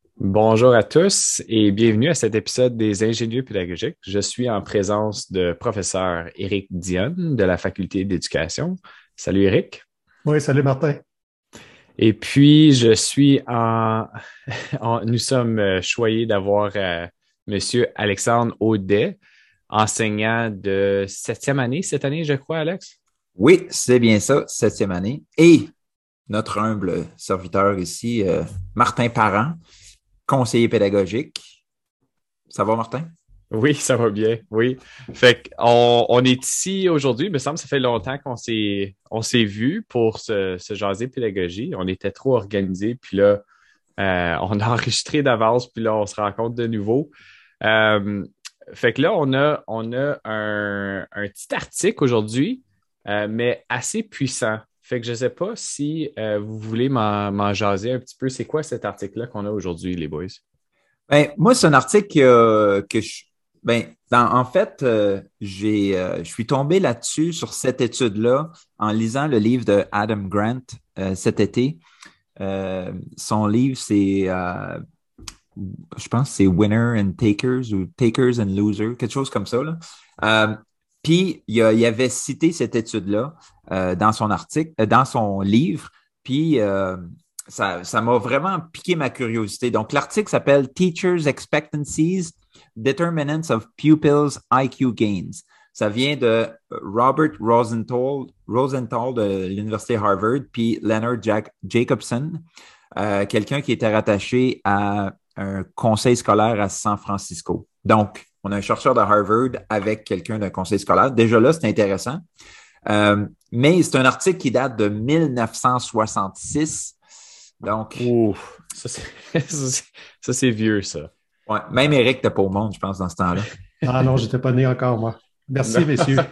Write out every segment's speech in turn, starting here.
Bonjour à tous et bienvenue à cet épisode des Ingénieux pédagogiques. Je suis en présence de professeur Éric Dionne de la Faculté d'éducation. Salut Éric. Oui, salut Martin. Et puis, je suis nous sommes choyés d'avoir Monsieur Alexandre Audet, enseignant de septième année cette année, je crois, Alex. Oui, c'est bien ça, septième année. Et notre humble serviteur ici, Martin Parent, conseiller pédagogique. Ça va, Martin? Oui, ça va bien, oui. Fait qu'on est ici aujourd'hui, il me semble que ça fait longtemps qu'on s'est vu pour se jaser pédagogie. On était trop organisés, puis là, on a enregistré d'avance, puis là, on se rencontre de nouveau. Euh, Fait que là, on a un petit article aujourd'hui, mais assez puissant. Fait que je ne sais pas si vous voulez m'en jaser un petit peu. C'est quoi cet article-là qu'on a aujourd'hui, les boys? Ben, moi, c'est un article en fait, je suis tombé là-dessus sur cette étude-là en lisant le livre de Adam Grant cet été. Son livre, je pense, que c'est Winner and Takers ou Takers and Losers, quelque chose comme ça, là. Euh, Puis, il avait cité cette étude-là dans son article, dans son livre. Puis, ça m'a vraiment piqué ma curiosité. Donc, l'article s'appelle Teachers' Expectancies, Determinants of Pupils' IQ Gains. Ça vient de Robert Rosenthal de l'Université Harvard, puis Leonard Jacobson, quelqu'un qui était rattaché à un conseil scolaire à San Francisco. Donc, on a un chercheur de Harvard avec quelqu'un d'un conseil scolaire. Déjà là, c'est intéressant. Mais c'est un article qui date de 1966. Donc, Ouh, ça c'est ça, c'est vieux, ça. ouais, même Eric n'était pas au monde, je pense, dans ce temps-là. Ah non, j'étais pas né encore, moi. Non. Merci, messieurs.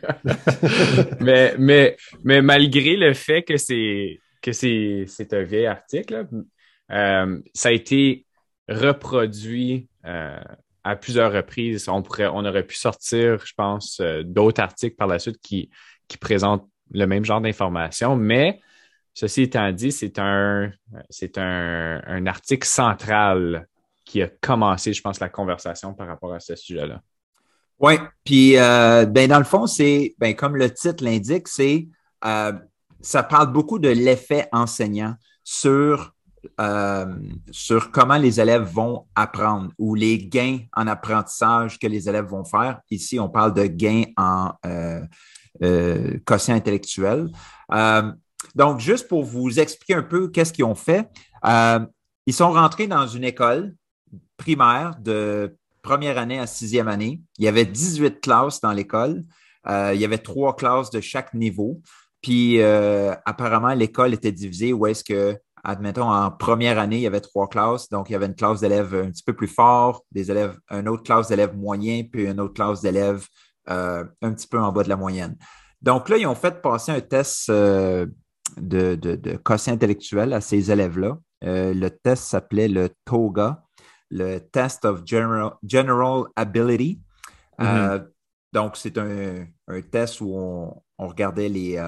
Mais malgré le fait que c'est un vieil article, là, ça a été reproduit à plusieurs reprises. On aurait pu sortir, je pense, d'autres articles par la suite qui présentent le même genre d'informations, mais ceci étant dit, c'est un article central qui a commencé, je pense, la conversation par rapport à ce sujet-là. Oui, puis dans le fond, c'est comme le titre l'indique, euh, ça parle beaucoup de l'effet enseignant sur, sur comment les élèves vont apprendre ou les gains en apprentissage que les élèves vont faire. Ici, on parle de gains en quotient intellectuel. Euh, donc, juste pour vous expliquer un peu qu'est-ce qu'ils ont fait, euh, ils sont rentrés dans une école primaire de première année à sixième année. Il y avait 18 classes dans l'école. Il y avait trois classes de chaque niveau. Puis, apparemment, l'école était divisée où est-ce que, admettons, en première année, il y avait trois classes. Donc, il y avait une classe d'élèves un petit peu plus forts, des élèves, une autre classe d'élèves moyens, puis une autre classe d'élèves un petit peu en bas de la moyenne. Donc là, ils ont fait passer un test de quotient intellectuel à ces élèves-là. Le test s'appelait le TOGA, le Test of General Ability. Mhm. Donc, c'est un test où on regardait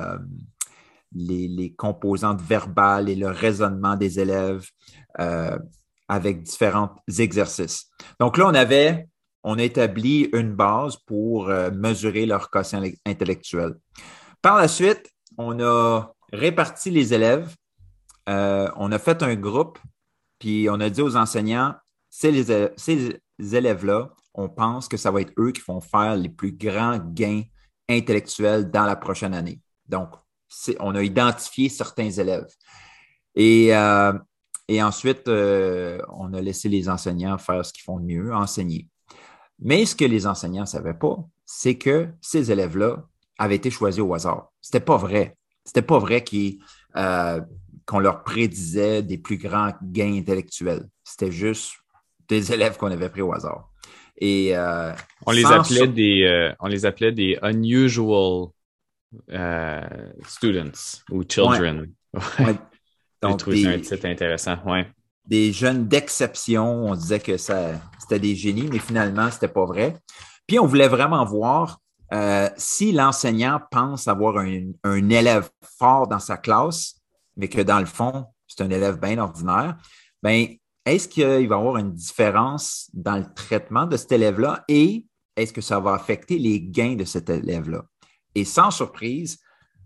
les composantes verbales et le raisonnement des élèves euh, avec différents exercices. Donc là, on a établi une base pour mesurer leur quotient intellectuel. Par la suite, on a réparti les élèves, on a fait un groupe, puis on a dit aux enseignants, ces élèves-là, on pense que ça va être eux qui vont faire les plus grands gains intellectuels dans la prochaine année. Donc, on a identifié certains élèves. Et, euh, et ensuite, on a laissé les enseignants faire ce qu'ils font de mieux, enseigner. Mais ce que les enseignants ne savaient pas, c'est que ces élèves-là avaient été choisis au hasard. C'était pas vrai. C'était pas vrai qu'on leur prédisait des plus grands gains intellectuels. C'était juste des élèves qu'on avait pris au hasard. Et On les sans appelait sur... des unusual students ou ouais, children. Ouais. ouais. J'ai Donc, trouvé ça un titre intéressant. Ouais. des jeunes d'exception, on disait que c'était des génies, mais finalement, c'était pas vrai. Puis, on voulait vraiment voir si l'enseignant pense avoir un élève fort dans sa classe, mais que dans le fond, c'est un élève bien ordinaire, ben, est-ce qu'il va y avoir une différence dans le traitement de cet élève-là et est-ce que ça va affecter les gains de cet élève-là? Et sans surprise,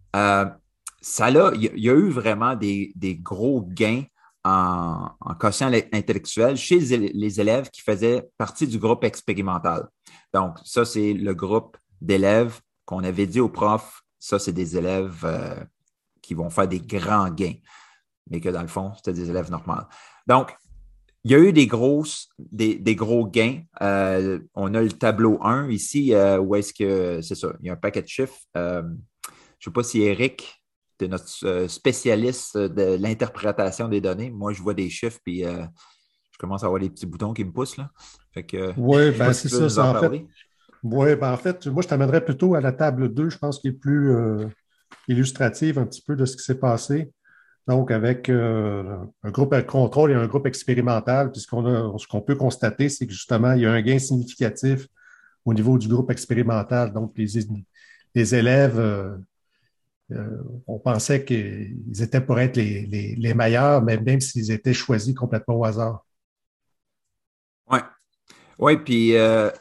il y a eu vraiment des gros gains en quotient intellectuel chez les élèves qui faisaient partie du groupe expérimental. Donc, ça, c'est le groupe d'élèves qu'on avait dit aux profs, ça, c'est des élèves qui vont faire des grands gains, mais que dans le fond, c'était des élèves normaux. Donc, il y a eu des gros gains. On a le tableau 1 ici, où est-ce que, c'est ça, il y a un paquet de chiffres. Je ne sais pas si Eric, tu es notre spécialiste de l'interprétation des données. Moi, je vois des chiffres, puis je commence à avoir des petits boutons qui me poussent, là. Fait que, Oui, je sais pas ben si c'est tu veux ça. nous en parler. En fait, moi, je t'amènerais plutôt à la table 2, je pense, qui est plus illustrative un petit peu de ce qui s'est passé. Donc, avec un groupe à contrôle et un groupe expérimental, puis ce qu'on peut constater, c'est que justement, il y a un gain significatif au niveau du groupe expérimental. Donc, les élèves, on pensait qu'ils étaient pour être les meilleurs, mais même s'ils étaient choisis complètement au hasard. Oui, ouais, puis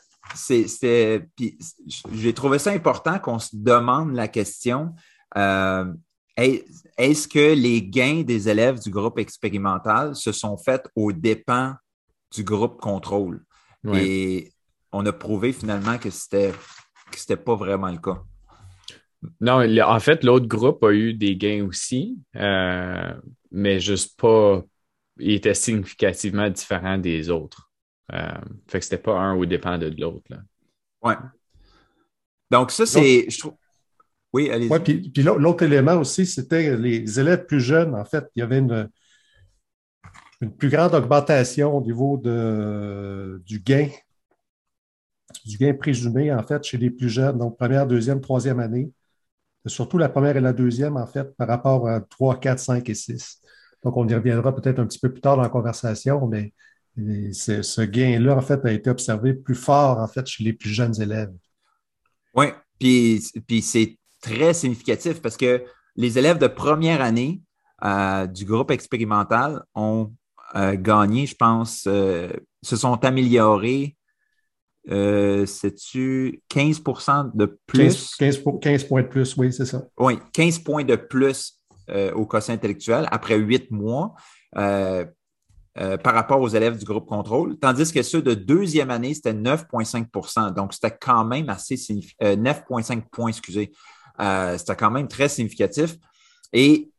puis j'ai trouvé ça important qu'on se demande la question, euh, est-ce que les gains des élèves du groupe expérimental se sont faits aux dépens du groupe contrôle? Ouais. Et on a prouvé finalement que c'était pas vraiment le cas. Non, en fait, l'autre groupe a eu des gains aussi, mais juste pas, il était significativement différent des autres. Fait que c'était pas un au dépend de l'autre, là. Ouais. Donc, ça, L'autre, je trouve. Oui, ouais, allez-y. puis l'autre élément aussi, c'était les élèves plus jeunes. En fait, il y avait une plus grande augmentation au niveau du gain présumé, en fait, chez les plus jeunes, donc première, deuxième, troisième année. Surtout la première et la deuxième, en fait, par rapport à 3, 4, 5 et 6. Donc, on y reviendra peut-être un petit peu plus tard dans la conversation, mais ce gain-là, en fait, a été observé plus fort, en fait, chez les plus jeunes élèves. Oui, puis c'est très significatif parce que les élèves de première année du groupe expérimental ont gagné, je pense, se sont améliorés, sais-tu, 15 de 15, plus, 15, 15 points de plus, oui, c'est ça. oui, 15 points de plus au quotient intellectuel après 8 mois. Euh, par rapport aux élèves du groupe contrôle, tandis que ceux de deuxième année, c'était 9,5 Donc, c'était quand même assez significatif. 9,5 points, excusez. C'était quand même très significatif. Et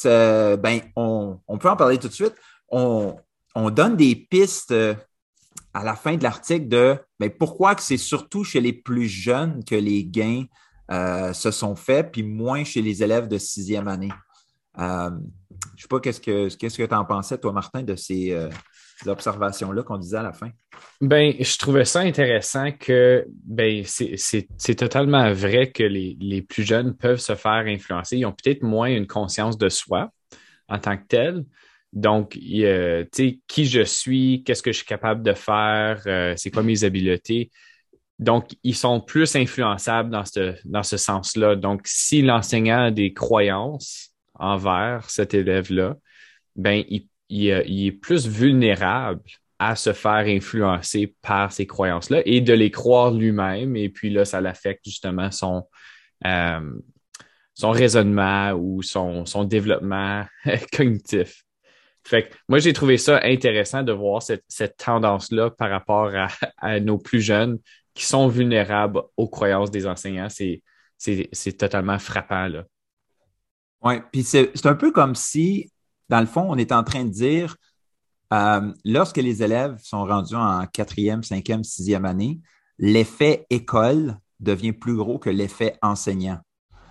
on peut en parler tout de suite. On donne des pistes à la fin de l'article de pourquoi que c'est surtout chez les plus jeunes que les gains se sont faits, puis moins chez les élèves de sixième année. Je ne sais pas qu'est-ce que tu en pensais, toi, Martin, de ces observations-là qu'on disait à la fin. Ben, je trouvais ça intéressant que c'est totalement vrai que les plus jeunes peuvent se faire influencer. Ils ont peut-être moins une conscience de soi en tant que tel. Donc, tu sais, qui je suis, qu'est-ce que je suis capable de faire, c'est quoi mes habiletés. Donc, ils sont plus influençables dans ce sens-là. Donc, si l'enseignant a des croyances envers cet élève-là, ben, il est plus vulnérable à se faire influencer par ces croyances-là et de les croire lui-même. Et puis là, ça l'affecte justement euh, son raisonnement ou son développement cognitif. Fait que moi, j'ai trouvé ça intéressant de voir cette tendance-là par rapport à nos plus jeunes qui sont vulnérables aux croyances des enseignants. C'est totalement frappant, là. Oui, puis c'est un peu comme si, dans le fond, on est en train de dire, lorsque les élèves sont rendus en quatrième, cinquième, sixième année, l'effet école devient plus gros que l'effet enseignant.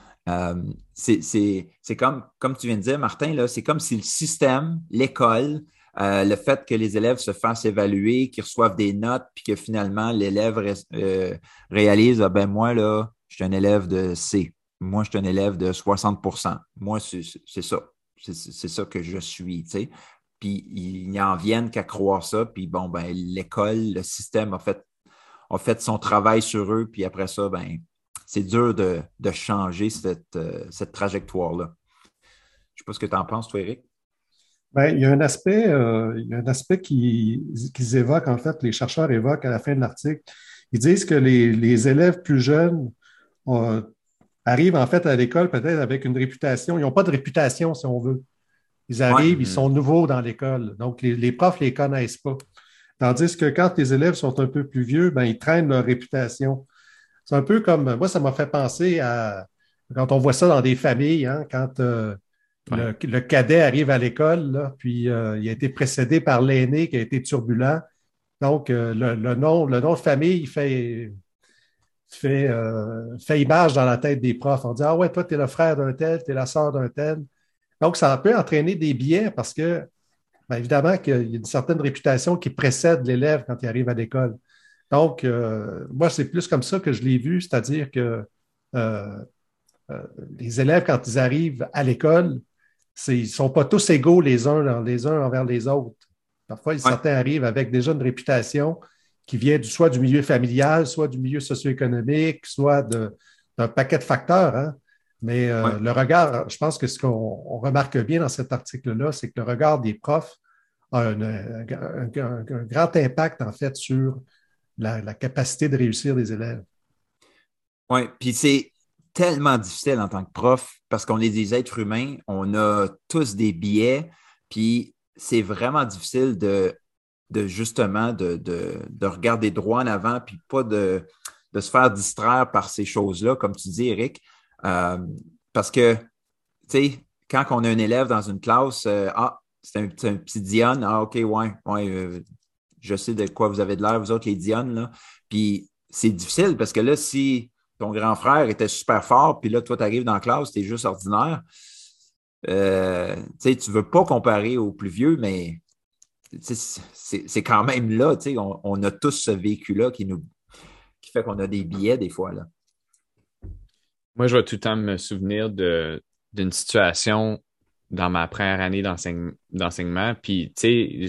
C'est comme tu viens de dire, Martin, là, c'est comme si le système, l'école, le fait que les élèves se fassent évaluer, qu'ils reçoivent des notes, puis que finalement l'élève réalise, ah ben moi, là, je suis un élève de C. Moi, je suis un élève de 60 Moi, c'est ça. C'est ça que je suis, tu sais. Puis ils n'en viennent qu'à croire ça, puis bon, ben, l'école, le système a fait son travail sur eux, puis après ça, ben, c'est dur de changer cette trajectoire-là. Je ne sais pas ce que tu en penses, toi, Eric. Ben, il y a un aspect qu'ils évoquent, en fait, les chercheurs évoquent à la fin de l'article. Ils disent que les élèves plus jeunes euh, arrivent en fait à l'école peut-être avec une réputation. Ils n'ont pas de réputation, si on veut. Ils Ouais, arrivent, ils sont Mhm. nouveaux dans l'école. Donc, les profs ne les connaissent pas. Tandis que quand les élèves sont un peu plus vieux, ben, ils traînent leur réputation. C'est un peu comme, moi, ça m'a fait penser à quand on voit ça dans des familles, hein, quand Ouais. le cadet arrive à l'école, là, puis il a été précédé par l'aîné qui a été turbulent. Donc, le nom de famille fait image dans la tête des profs. On dit, ah ouais, toi, tu es le frère d'un tel, tu es la sœur d'un tel. Donc, ça peut entraîner des biais parce que, bien évidemment, qu'il y a une certaine réputation qui précède l'élève quand il arrive à l'école. Donc, moi, c'est plus comme ça que je l'ai vu, c'est-à-dire que euh, euh, les élèves, quand ils arrivent à l'école, ils ne sont pas tous égaux les uns envers les autres. Parfois, ouais, certains arrivent avec déjà une réputation qui vient soit du milieu familial, soit du milieu socio-économique, soit d'un paquet de facteurs. Hein. Mais ouais. le regard, je pense que ce qu'on on remarque bien dans cet article-là, c'est que le regard des profs a un grand impact, en fait, sur la capacité de réussir des élèves. Oui, puis c'est tellement difficile en tant que prof parce qu'on est des êtres humains, on a tous des biais, puis c'est vraiment difficile de justement de regarder droit en avant, puis pas de se faire distraire par ces choses-là, comme tu dis, Eric. Euh, Parce que, tu sais, quand on a un élève dans une classe, c'est un petit Dion, ah, OK, ouais, je sais de quoi vous avez de l'air, vous autres, les Dionnes, là. Puis c'est difficile parce que là, si ton grand frère était super fort, puis là, toi, tu arrives dans la classe, tu es juste ordinaire, tu sais, tu veux pas comparer aux plus vieux, mais c'est quand même là, tu sais, on a tous ce vécu-là qui fait qu'on a des billets des fois, là. Moi, je vais tout le temps me souvenir d'une situation dans ma première année d'enseignement. Puis, tu sais,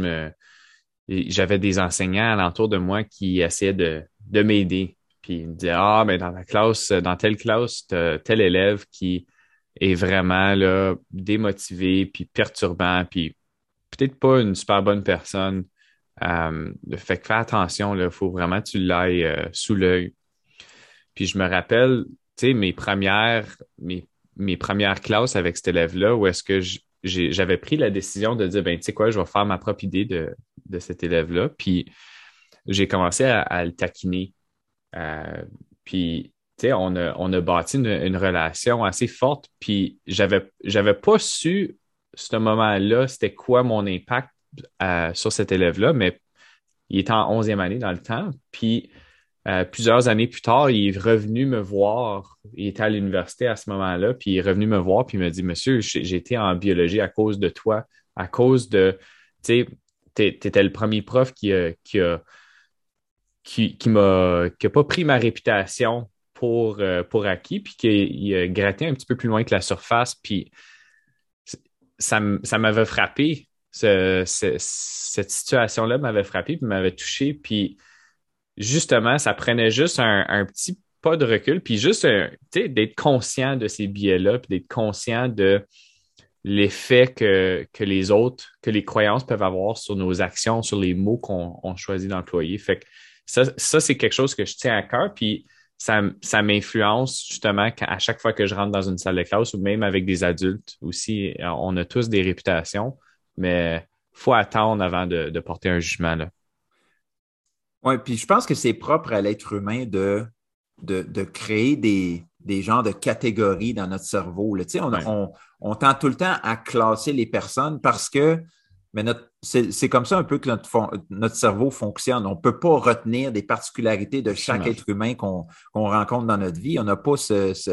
j'avais des enseignants alentour de moi qui essayaient de m'aider. Puis, ils me disaient, ah, ben, dans telle classe, t'as tel élève qui est vraiment, là, démotivé, puis perturbant, puis peut-être pas une super bonne personne. Fait que fais attention, là, faut vraiment que tu l'ailles sous l'œil. Puis je me rappelle, tu sais, mes premières classes avec cet élève-là, où est-ce que j'avais pris la décision de dire, ben, tu sais quoi, je vais faire ma propre idée de cet élève-là. Puis j'ai commencé à le taquiner. Euh, puis, tu sais, on a bâti une relation assez forte. Puis j'avais pas su, ce moment-là, c'était quoi mon impact sur cet élève-là, mais il était en 11e année dans le temps. Puis, plusieurs années plus tard, il est revenu me voir. Il était à l'université à ce moment-là, puis il est revenu me voir, puis il m'a dit, Monsieur, j'ai été en biologie à cause de toi, à cause de, tu sais, t'étais le premier prof qui a pas pris ma réputation pour acquis, puis qui a gratté un petit peu plus loin que la surface, puis ça m'avait frappé. Cette situation-là m'avait frappé, puis m'avait touché, puis justement, ça prenait juste un petit pas de recul, puis juste tu sais, d'être conscient de ces biais-là, puis d'être conscient de l'effet que les autres, que les croyances peuvent avoir sur nos actions, sur les mots qu'on on choisit d'employer. Fait que ça c'est quelque chose que je tiens à cœur, puis ça m'influence justement à chaque fois que je rentre dans une salle de classe ou même avec des adultes aussi. On a tous des réputations, mais faut attendre avant de porter un jugement, là. Oui, puis je pense que c'est propre à l'être humain de créer des genres de catégories dans notre cerveau, là. Tu sais, Ouais, on tend tout le temps à classer les personnes parce que mais c'est comme ça un peu que notre cerveau fonctionne. On ne peut pas retenir des particularités de chaque absolument. être humain qu'on rencontre dans notre vie. On n'a pas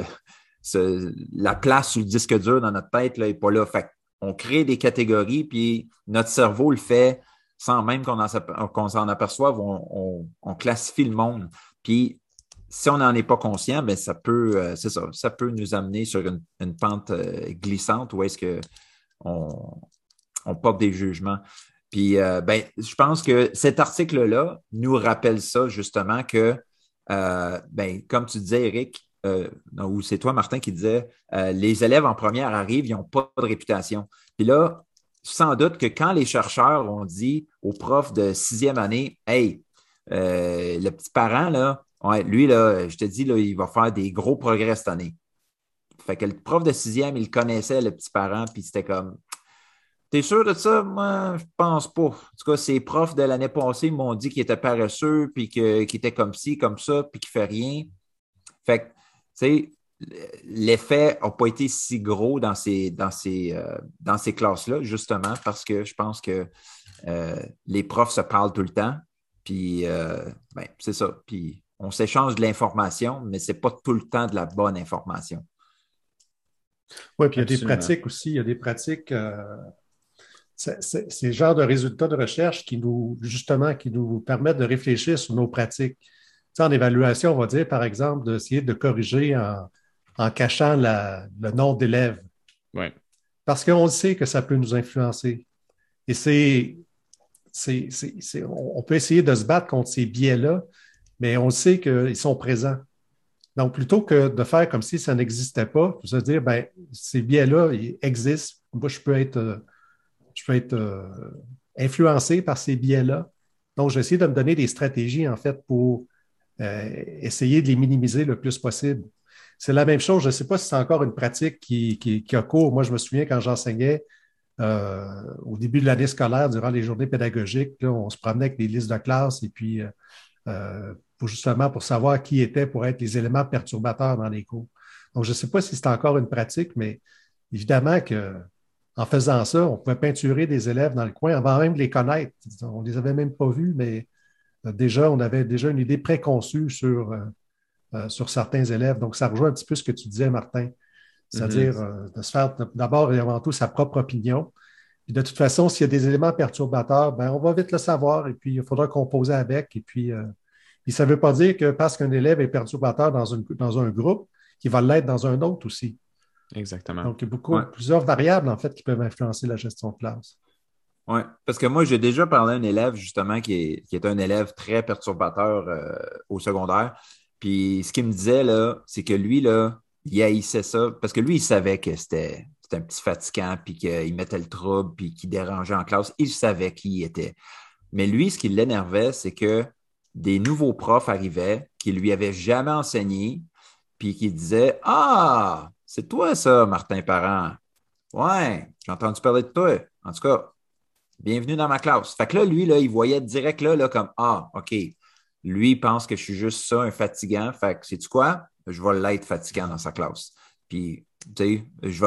la place sur le disque dur dans notre tête là, n'est pas là. Fait on crée des catégories, puis notre cerveau le fait sans même qu'on s'en aperçoive. On classifie le monde. Puis si on n'en est pas conscient, ben c'est ça, ça peut nous amener sur une pente glissante où est-ce que on, on porte des jugements. Puis, ben, je pense que cet article-là nous rappelle ça, justement, que, ben, comme tu disais, Eric, ou c'est toi, Martin, qui disait, les élèves en première arrivent, ils n'ont pas de réputation. Puis là, sans doute que quand les chercheurs ont dit aux profs de sixième année, hey, le petit parent, là, ouais, lui, là, je te dis, là, il va faire des gros progrès cette année. Fait que le prof de sixième, il connaissait le petit parent, puis c'était comme, t'es sûr de ça? Moi, je pense pas. En tout cas, ces profs de l'année passée m'ont dit qu'il était paresseux, puis qu'il était comme ci, comme ça, puis qu'il fait rien. Fait que, tu sais, l'effet n'a pas été si gros dans ces classes-là, justement, parce que je pense que les profs se parlent tout le temps, puis ben, c'est ça. Puis on s'échange de l'information, mais ce n'est pas tout le temps de la bonne information. Oui, puis il y a des Absolument. pratiques aussi. Il y a des pratiques. C'est le genre de résultats de recherche justement, qui nous permettent de réfléchir sur nos pratiques. Tu sais, en évaluation, on va dire, par exemple, d'essayer de corriger en cachant le nombre d'élèves. Ouais. Parce qu'on sait que ça peut nous influencer. Et on peut essayer de se battre contre ces biais-là, mais on sait qu'ils sont présents. Donc, plutôt que de faire comme si ça n'existait pas, se dire, ben, ces biais-là, ils existent. Moi, je peux être influencé par ces biais-là. Donc, j'essaie de me donner des stratégies, en fait, pour essayer de les minimiser le plus possible. C'est la même chose. Je ne sais pas si c'est encore une pratique qui a cours. Moi, je me souviens quand j'enseignais au début de l'année scolaire, durant les journées pédagogiques, là, on se promenait avec des listes de classe et puis justement pour savoir qui étaient pour être les éléments perturbateurs dans les cours. Donc, je ne sais pas si c'est encore une pratique, mais évidemment que en faisant ça, on pouvait peinturer des élèves dans le coin avant même de les connaître. On ne les avait même pas vus, mais déjà, on avait déjà une idée préconçue sur certains élèves. Donc, ça rejoint un petit peu ce que tu disais, Martin, Mhm. c'est-à-dire de se faire d'abord et avant tout sa propre opinion. Puis de toute façon, s'il y a des éléments perturbateurs, ben, on va vite le savoir et puis il faudra composer avec. Et puis, ça ne veut pas dire que parce qu'un élève est perturbateur dans un groupe, qu'il va l'être dans un autre aussi. Exactement. Donc, il y a Ouais. plusieurs variables, en fait, qui peuvent influencer la gestion de classe. Oui, parce que moi, j'ai déjà parlé à un élève, justement, qui est un élève très perturbateur au secondaire. Puis ce qu'il me disait, là, c'est que lui, là, il haïssait ça, parce que lui, il savait que c'était un petit fatigant, puis qu'il mettait le trouble, puis qu'il dérangeait en classe. Il savait qui il était. Mais lui, ce qui l'énervait, c'est que des nouveaux profs arrivaient qui lui avaient jamais enseigné, puis qui disaient, ah, c'est toi ça, Martin Parent. Ouais, j'ai entendu parler de toi. En tout cas, bienvenue dans ma classe. Fait que là, lui, là, il voyait direct là, comme ah, OK. Lui, il pense que je suis juste ça, un fatigant. Fait que, sais-tu quoi? Je vais l'être fatigant dans sa classe. Puis, tu sais,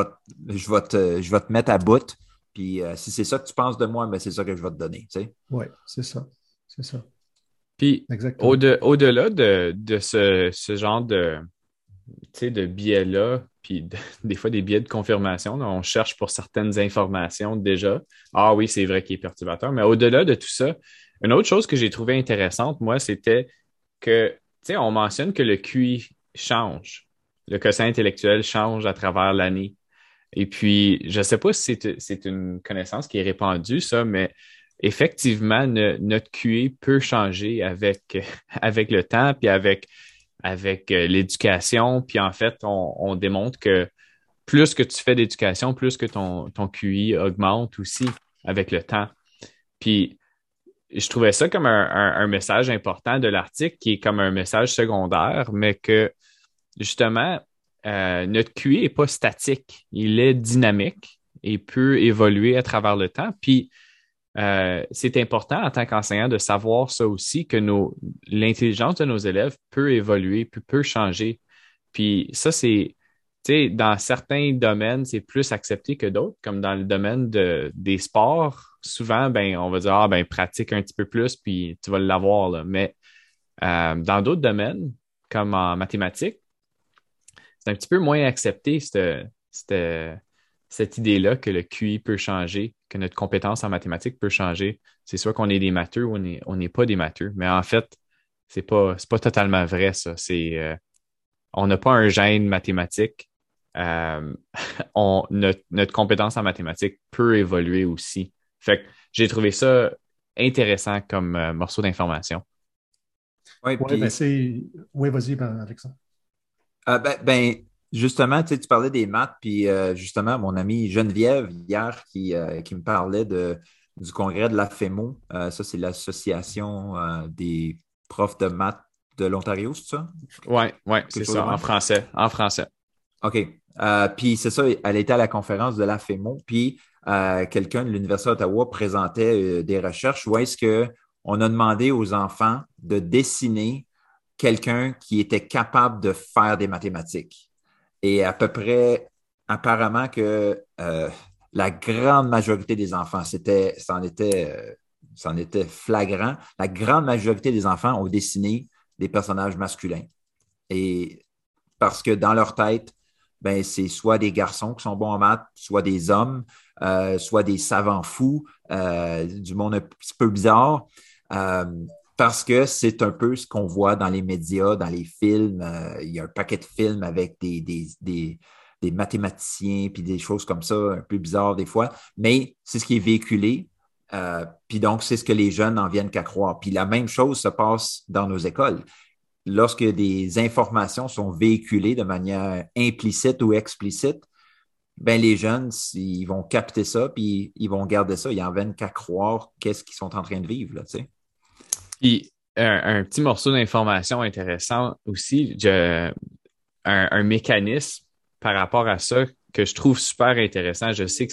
je vais te mettre à bout. Puis, si c'est ça que tu penses de moi, ben, c'est ça que je vais te donner. Tu sais? Oui, c'est ça. C'est ça. Puis, Exactement. au-delà de ce genre tu sais, de biais-là, puis des fois des biais de confirmation, là, on cherche pour certaines informations déjà. Ah oui, c'est vrai qu'il est perturbateur. Mais au-delà de tout ça, une autre chose que j'ai trouvé intéressante, moi, c'était que, tu sais, on mentionne que le QI change. Le quotient intellectuel change à travers l'année. Et puis, je ne sais pas si c'est une connaissance qui est répandue, ça, mais effectivement, notre QI peut changer avec, avec le temps, puis avec l'éducation. Puis en fait, on démontre que plus que tu fais d'éducation, plus que ton QI augmente aussi avec le temps. Puis je trouvais ça comme un message important de l'article qui est comme un message secondaire, mais que justement, notre QI n'est pas statique, il est dynamique et peut évoluer à travers le temps. Puis c'est important en tant qu'enseignant de savoir ça aussi, que l'intelligence de nos élèves peut évoluer, peut changer. Puis ça, tu sais, dans certains domaines, c'est plus accepté que d'autres, comme dans le domaine des sports. Souvent, ben, on va dire, ah, ben, pratique un petit peu plus, puis tu vas l'avoir, là. Mais dans d'autres domaines, comme en mathématiques, c'est un petit peu moins accepté, cette, cette idée-là que le QI peut changer, que notre compétence en mathématiques peut changer. C'est soit qu'on est des matheux ou on n'est pas des matheux. Mais en fait, c'est pas totalement vrai, ça. On n'a pas un gène mathématique. Euh, notre compétence en mathématiques peut évoluer aussi. Fait que j'ai trouvé ça intéressant comme morceau d'information. Oui, Oui, ben puis c'est. Oui, vas-y, ben, Alexandre. ben, Justement, tu sais, tu parlais des maths, puis justement, mon amie Geneviève, hier, qui me parlait du congrès de l'AFEMO. Ça, c'est l'Association des profs de maths de l'Ontario, c'est ça? Ouais, ouais, Quelque c'est chose de ça, en même? français, en français. OK. Puis c'est ça, elle était à la conférence de l'AFEMO, puis quelqu'un de l'Université d'Ottawa présentait des recherches où est-ce qu'on a demandé aux enfants de dessiner quelqu'un qui était capable de faire des mathématiques. Et à peu près, apparemment que la grande majorité des enfants, c'en était flagrant, la grande majorité des enfants ont dessiné des personnages masculins. Et parce que dans leur tête, ben, c'est soit des garçons qui sont bons en maths, soit des hommes, soit des savants fous, du monde un petit peu bizarre, euh, parce que c'est un peu ce qu'on voit dans les médias, dans les films. Il y a un paquet de films avec des mathématiciens, puis des choses comme ça, un peu bizarres des fois, mais c'est ce qui est véhiculé. Puis donc, c'est ce que les jeunes en viennent qu'à croire. Puis la même chose se passe dans nos écoles lorsque des informations sont véhiculées de manière implicite ou explicite, ben les jeunes, ils vont capter ça, puis ils vont garder ça. Ils en viennent qu'à croire qu'est-ce qu'ils sont en train de vivre, là, tu sais. Puis, un petit morceau d'information intéressant aussi, un mécanisme par rapport à ça que je trouve super intéressant. Je sais que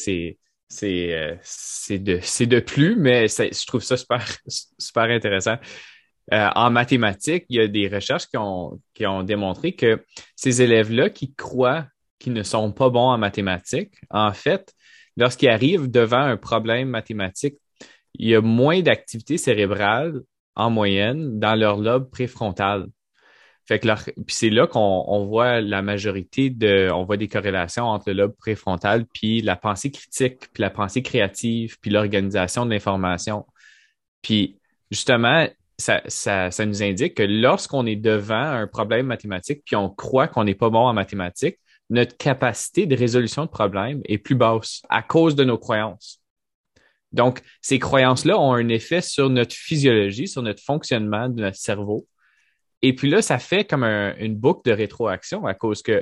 c'est de plus, mais je trouve ça super, super intéressant. En mathématiques, il y a des recherches qui ont démontré que ces élèves-là qui croient qu'ils ne sont pas bons en mathématiques, en fait, lorsqu'ils arrivent devant un problème mathématique, il y a moins d'activité cérébrale en moyenne dans leur lobe préfrontal. Fait que puis c'est là qu'on voit la majorité on voit des corrélations entre le lobe préfrontal puis la pensée critique, puis la pensée créative, puis l'organisation de l'information. Puis justement, ça nous indique que lorsqu'on est devant un problème mathématique puis on croit qu'on n'est pas bon en mathématiques, notre capacité de résolution de problème est plus basse à cause de nos croyances. Donc, ces croyances-là ont un effet sur notre physiologie, sur notre fonctionnement de notre cerveau. Et puis là, ça fait comme une boucle de rétroaction à cause que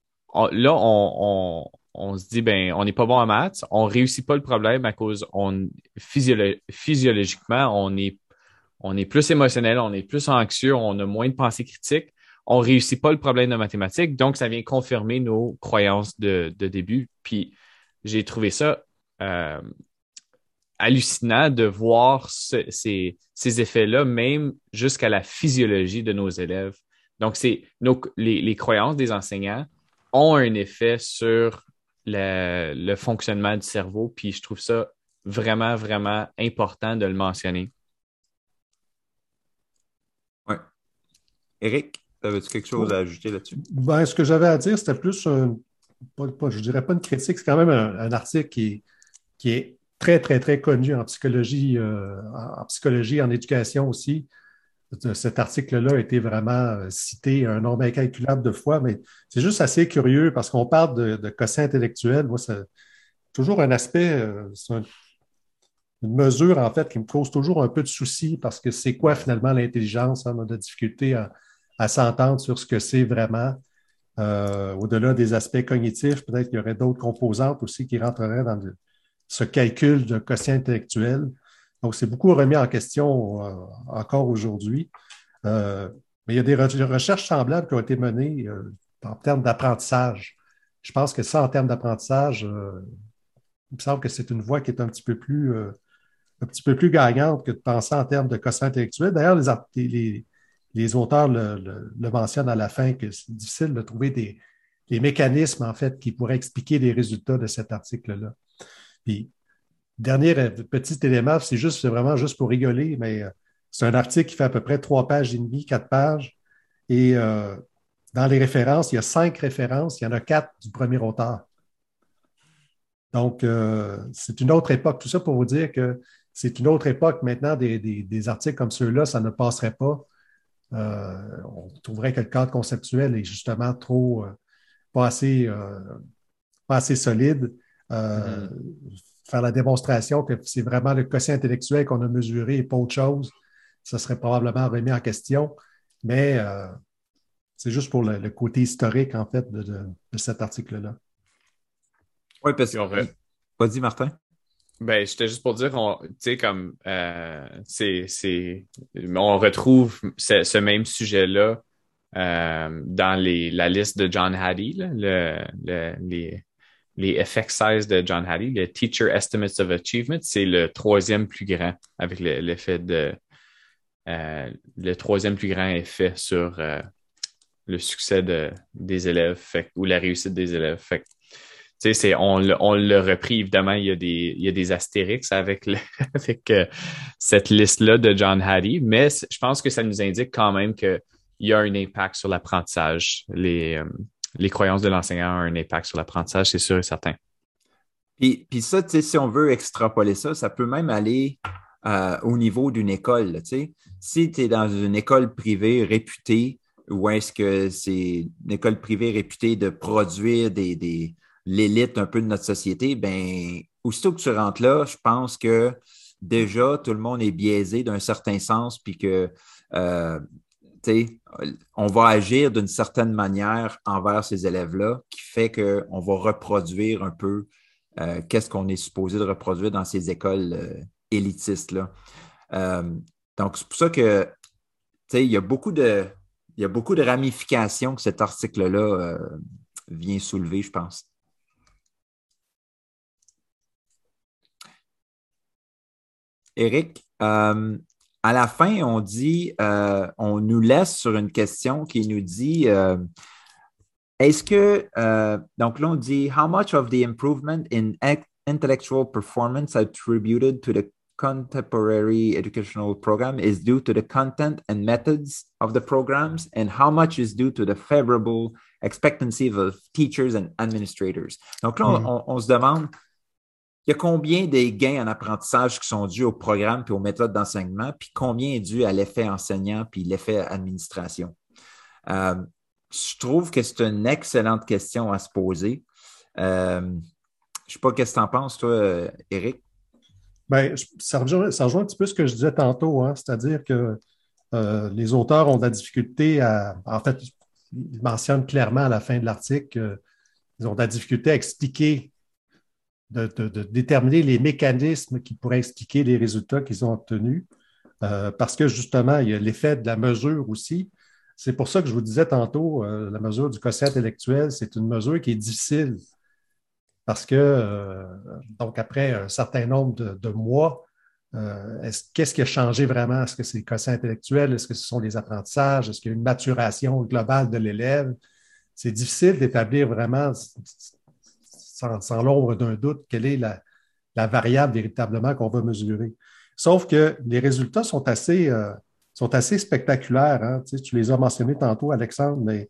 on se dit, ben, on n'est pas bon en maths, on réussit pas le problème à cause, physiologiquement, on est plus émotionnel, on est plus anxieux, on a moins de pensée critique, on réussit pas le problème de mathématiques, donc ça vient confirmer nos croyances de début. Puis j'ai trouvé ça hallucinant de voir ces effets-là, même jusqu'à la physiologie de nos élèves. Donc, les croyances des enseignants ont un effet sur le fonctionnement du cerveau, puis je trouve ça vraiment, vraiment important de le mentionner. Ouais. Éric, avais-tu quelque chose à ajouter là-dessus? Ben, ce que j'avais à dire, c'était plus, je dirais pas une critique, c'est quand même un article qui est très, très, très connu en psychologie, en éducation aussi. Cet article-là a été vraiment cité un nombre incalculable de fois, mais c'est juste assez curieux parce qu'on parle de quotient intellectuel. Moi, c'est toujours un aspect, une mesure, en fait, qui me cause toujours un peu de soucis parce que c'est quoi finalement l'intelligence? On a de la difficulté à s'entendre sur ce que c'est vraiment. Au-delà des aspects cognitifs, peut-être qu'il y aurait d'autres composantes aussi qui rentreraient dans ce calcul de quotient intellectuel. Donc, c'est beaucoup remis en question encore aujourd'hui. Mais il y a des recherches semblables qui ont été menées en termes d'apprentissage. Je pense que ça, en termes d'apprentissage, il me semble que c'est une voie qui est un petit peu plus gagnante que de penser en termes de quotient intellectuel. D'ailleurs, les auteurs le mentionnent à la fin que c'est difficile de trouver des mécanismes, en fait, qui pourraient expliquer les résultats de cet article-là. Puis, dernier petit élément, c'est vraiment juste pour rigoler, mais c'est un article qui fait à peu près 3 pages et demie, 4 pages. Et dans les références, il y a 5 références, il y en a 4 du premier auteur. Donc, c'est une autre époque. Tout ça pour vous dire que c'est une autre époque. Maintenant, des articles comme ceux-là, ça ne passerait pas. On trouverait que le cadre conceptuel est justement pas assez, pas assez solide. Faire la démonstration que c'est vraiment le quotient intellectuel qu'on a mesuré et pas autre chose, ça serait probablement remis en question. Mais C'est juste pour le côté historique, en fait, de cet article-là. Oui, parce que... Vas-y, Martin. Ben, j'étais juste pour dire, tu sais, comme, on retrouve ce même sujet-là dans la liste de John Hattie, là, les effect size de John Hattie, le Teacher Estimates of Achievement, c'est le troisième plus grand avec l'effet le troisième plus grand effet sur le succès des élèves ou la réussite des élèves. Fait que, tu sais, on l'a repris, évidemment, il y a des astérix avec, avec cette liste-là de John Hattie, mais je pense que ça nous indique quand même qu'il y a un impact sur l'apprentissage. Les croyances de l'enseignant ont un impact sur l'apprentissage, c'est sûr et certain. Puis ça, tu sais, si on veut extrapoler ça, ça peut même aller au niveau d'une école. Tu sais. Si tu es dans une école privée réputée, ou est-ce que c'est une école privée réputée de produire l'élite un peu de notre société, ben aussitôt que tu rentres là, je pense que déjà, tout le monde est biaisé d'un certain sens, puis que on va agir d'une certaine manière envers ces élèves-là, qui fait qu'on va reproduire un peu qu'est-ce qu'on est supposé de reproduire dans ces écoles élitistes-là. Donc, c'est pour ça que il y a beaucoup de ramifications que cet article-là vient soulever, je pense. Éric, à la fin, on dit, on nous laisse sur une question qui nous dit, est-ce que, donc là, on dit, how much of the improvement in intellectual performance attributed to the contemporary educational program is due to the content and methods of the programs, and how much is due to the favorable expectancy of teachers and administrators? Donc là, on se demande, il y a combien des gains en apprentissage qui sont dus au programme puis aux méthodes d'enseignement, puis combien est dû à l'effet enseignant puis l'effet administration? Je trouve que c'est une excellente question à se poser. Je ne sais pas qu'est-ce que tu en penses, toi, Éric? Bien, ça rejoint un petit peu ce que je disais tantôt, hein, c'est-à-dire que les auteurs ont de la difficulté en fait, ils mentionnent clairement à la fin de l'article qu'ils ont de la difficulté à expliquer de déterminer les mécanismes qui pourraient expliquer les résultats qu'ils ont obtenus, parce que justement, il y a l'effet de la mesure aussi. C'est pour ça que je vous disais tantôt, la mesure du quotient intellectuel, c'est une mesure qui est difficile, parce que, donc après un certain nombre de mois, qu'est-ce qui a changé vraiment? Est-ce que c'est le quotient intellectuel? Est-ce que ce sont les apprentissages? Est-ce qu'il y a une maturation globale de l'élève? C'est difficile d'établir vraiment sans l'ombre d'un doute, quelle est la variable véritablement qu'on va mesurer. Sauf que les résultats sont assez spectaculaires. Hein? Tu les as mentionnés tantôt, Alexandre, mais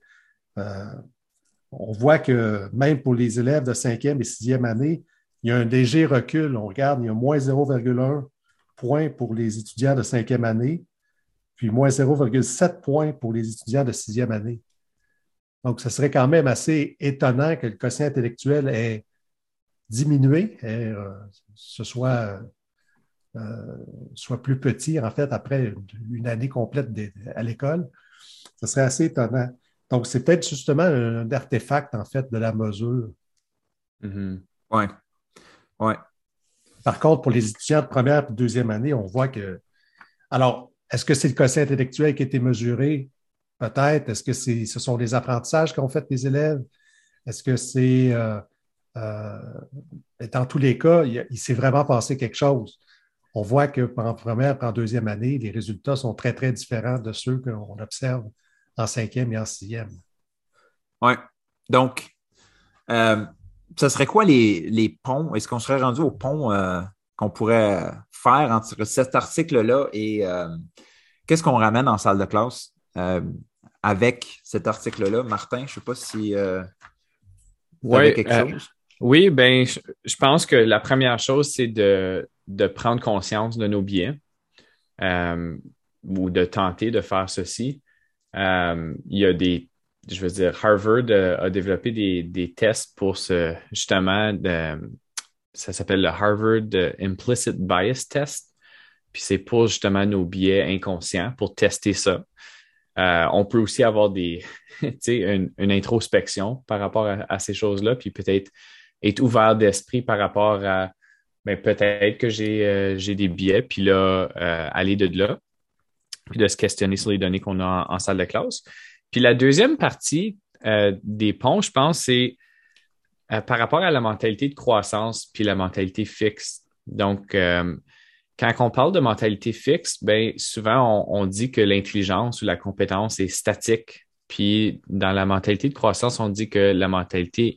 on voit que même pour les élèves de 5e et 6e année, il y a un léger recul. On regarde, il y a moins 0,1 point pour les étudiants de 5e année, puis moins 0,7 points pour les étudiants de 6e année. Donc, ce serait quand même assez étonnant que le quotient intellectuel ait diminué, soit plus petit, en fait, après une année complète à l'école. Ce serait assez étonnant. Donc, c'est peut-être justement un artefact, en fait, de la mesure. Mm-hmm. Oui. Ouais. Par contre, pour les étudiants de première et de deuxième année, on voit que... Alors, est-ce que c'est le quotient intellectuel qui a été mesuré? Peut-être. Est-ce que ce sont les apprentissages qu'ont fait les élèves? Est-ce que c'est... dans tous les cas, il s'est vraiment passé quelque chose. On voit qu'en première et en deuxième année, les résultats sont très, très différents de ceux qu'on observe en 5e et en 6e. Oui. Donc, ça serait quoi les ponts? Est-ce qu'on serait rendu au pont qu'on pourrait faire entre cet article-là et qu'est-ce qu'on ramène en salle de classe avec cet article-là? Martin, je ne sais pas si tu avais quelque chose. Oui, ben, je pense que la première chose, c'est de prendre conscience de nos biais ou de tenter de faire ceci. Il y a Harvard a développé des tests pour justement, ça s'appelle le Harvard Implicit Bias Test. Puis c'est pour justement nos biais inconscients, pour tester ça. On peut aussi avoir une introspection par rapport à ces choses-là, puis peut-être être ouvert d'esprit par rapport à peut-être que j'ai des biais, puis là, aller de là, puis de se questionner sur les données qu'on a en salle de classe. Puis la deuxième partie des ponts, je pense, c'est par rapport à la mentalité de croissance puis la mentalité fixe. Donc, quand on parle de mentalité fixe, souvent on dit que l'intelligence ou la compétence est statique. Puis dans la mentalité de croissance, on dit que la mentalité,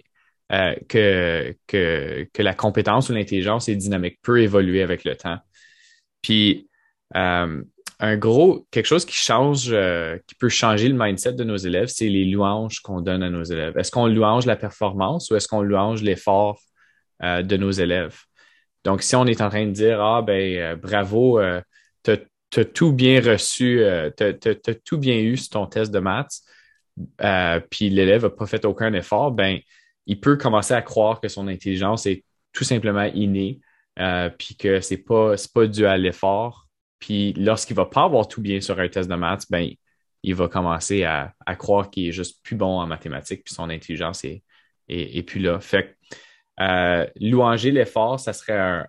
que la compétence ou l'intelligence est dynamique, peut évoluer avec le temps. Puis quelque chose qui change, qui peut changer le mindset de nos élèves, c'est les louanges qu'on donne à nos élèves. Est-ce qu'on louange la performance ou est-ce qu'on louange l'effort de nos élèves? Donc, si on est en train de dire, bravo, t'as tout bien reçu, t'as tout bien eu sur ton test de maths, puis l'élève n'a pas fait aucun effort, il peut commencer à croire que son intelligence est tout simplement innée, puis que c'est pas dû à l'effort. Puis lorsqu'il va pas avoir tout bien sur un test de maths, il va commencer à croire qu'il est juste plus bon en mathématiques, puis son intelligence est plus là. Fait que louanger l'effort, ça serait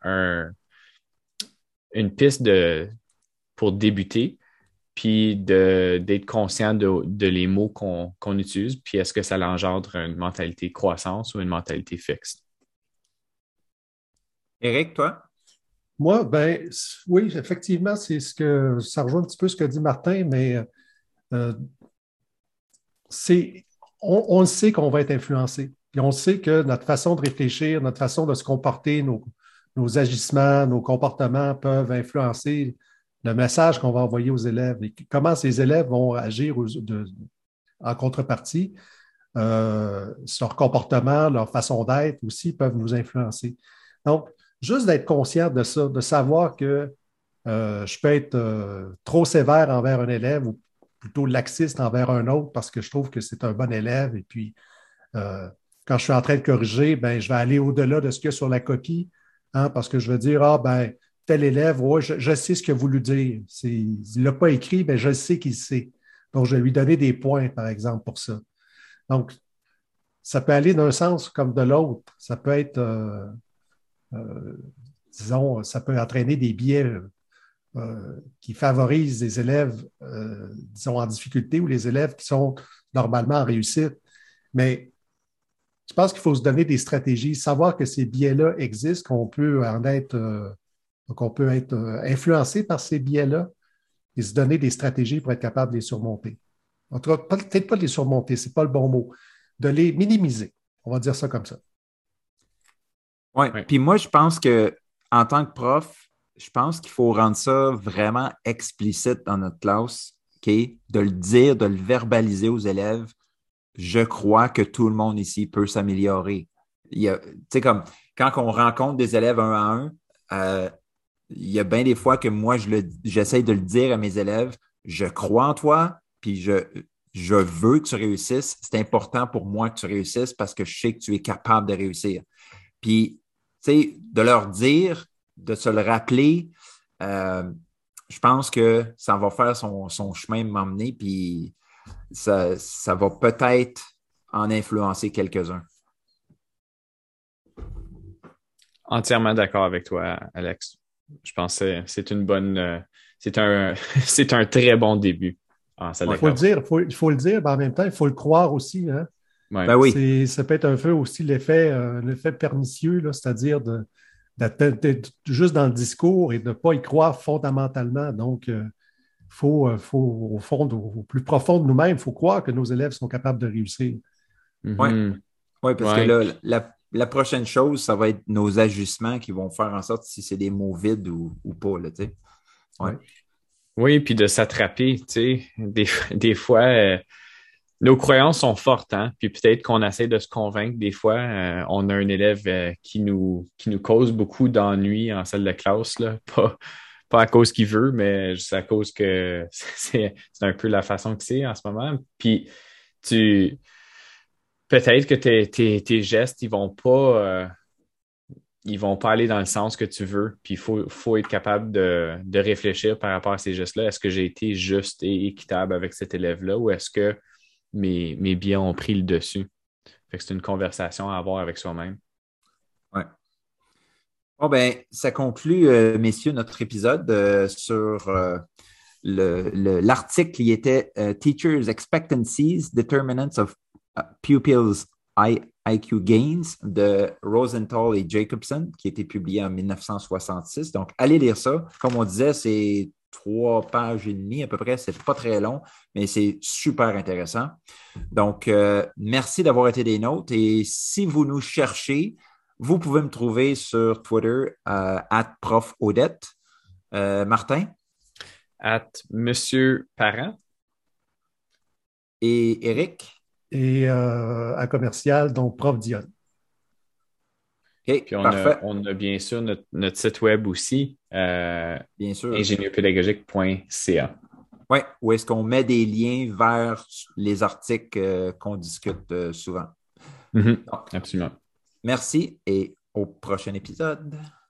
une piste pour débuter, puis d'être conscient de les mots qu'on utilise, puis est-ce que ça engendre une mentalité de croissance ou une mentalité fixe? Éric, toi? Moi, oui, effectivement, ça rejoint un petit peu ce que dit Martin, mais euh, on le sait qu'on va être influencé. Puis on sait que notre façon de réfléchir, notre façon de se comporter, nos agissements, nos comportements peuvent influencer le message qu'on va envoyer aux élèves et comment ces élèves vont agir en contrepartie. Leur comportement, leur façon d'être aussi peuvent nous influencer. Donc, juste d'être conscient de ça, de savoir que je peux être trop sévère envers un élève ou plutôt laxiste envers un autre parce que je trouve que c'est un bon élève. Et puis, quand je suis en train de corriger, je vais aller au-delà de ce qu'il y a sur la copie, hein, parce que je vais dire, tel élève, ouais, je sais ce qu'il a voulu dire. Il ne l'a pas écrit, je sais qu'il sait. Donc, je vais lui donner des points, par exemple, pour ça. Donc, ça peut aller d'un sens comme de l'autre. Ça peut être, disons, ça peut entraîner des biais qui favorisent les élèves, disons, en difficulté ou les élèves qui sont normalement en réussite. Mais je pense qu'il faut se donner des stratégies, savoir que ces biais-là existent, qu'on peut être influencé par ces biais-là et se donner des stratégies pour être capable de les surmonter. En tout cas, peut-être pas de les surmonter, ce n'est pas le bon mot, de les minimiser. On va dire ça comme ça. Oui, puis moi, je pense que en tant que prof, je pense qu'il faut rendre ça vraiment explicite dans notre classe, OK? De le dire, de le verbaliser aux élèves. Je crois que tout le monde ici peut s'améliorer. Tu sais, comme quand on rencontre des élèves un à un, il y a bien des fois que moi, j'essaie de le dire à mes élèves, je crois en toi, puis je veux que tu réussisses. C'est important pour moi que tu réussisses parce que je sais que tu es capable de réussir. Puis, tu sais, de leur dire, de se le rappeler, je pense que ça va faire son chemin de m'emmener, puis ça va peut-être en influencer quelques-uns. Entièrement d'accord avec toi, Alex. Je pense que c'est une bonne, c'est un très bon début en salle de classe. Il faut le dire, mais en même temps, il faut le croire aussi. Hein? Ouais. Ben oui. Ça peut être un peu aussi l'effet pernicieux, là, c'est-à-dire d'être juste dans le discours et de ne pas y croire fondamentalement. Donc, faut, au fond, au plus profond de nous-mêmes, il faut croire que nos élèves sont capables de réussir. Mm-hmm. Oui, parce que là, la prochaine chose, ça va être nos ajustements qui vont faire en sorte si c'est des mots vides ou pas, là, tu sais. Ouais. Oui, puis de s'attraper, tu sais. Des fois, nos croyances sont fortes, hein? Puis peut-être qu'on essaie de se convaincre. Des fois, on a un élève qui nous cause beaucoup d'ennuis en salle de classe, là. Pas à cause qu'il veut, mais juste à cause que c'est un peu la façon que c'est en ce moment. Puis peut-être que tes gestes, ils vont pas ils vont pas aller dans le sens que tu veux. Puis faut être capable de réfléchir par rapport à ces gestes-là. Est-ce que j'ai été juste et équitable avec cet élève-là ou est-ce que mes biais ont pris le dessus? Fait que c'est une conversation à avoir avec soi-même. Ouais. Bon, ben, ça conclut, messieurs, notre épisode sur l'article qui était Teachers' Expectancies, Determinants of Pupils' IQ Gains de Rosenthal et Jacobson, qui a été publié en 1966. Donc, allez lire ça. Comme on disait, c'est 3 pages et demie à peu près. C'est pas très long, mais c'est super intéressant. Donc, merci d'avoir été des nôtres. Et si vous nous cherchez, vous pouvez me trouver sur Twitter @profodette. Martin? Monsieur Parent. Et Eric? Et à commercial, donc Prof Dionne. OK, Puis parfait. on a bien sûr notre site web aussi, Bien sûr. ingénieurpédagogique.ca. Oui, où est-ce qu'on met des liens vers les articles qu'on discute souvent. Mm-hmm. Absolument. Merci et au prochain épisode.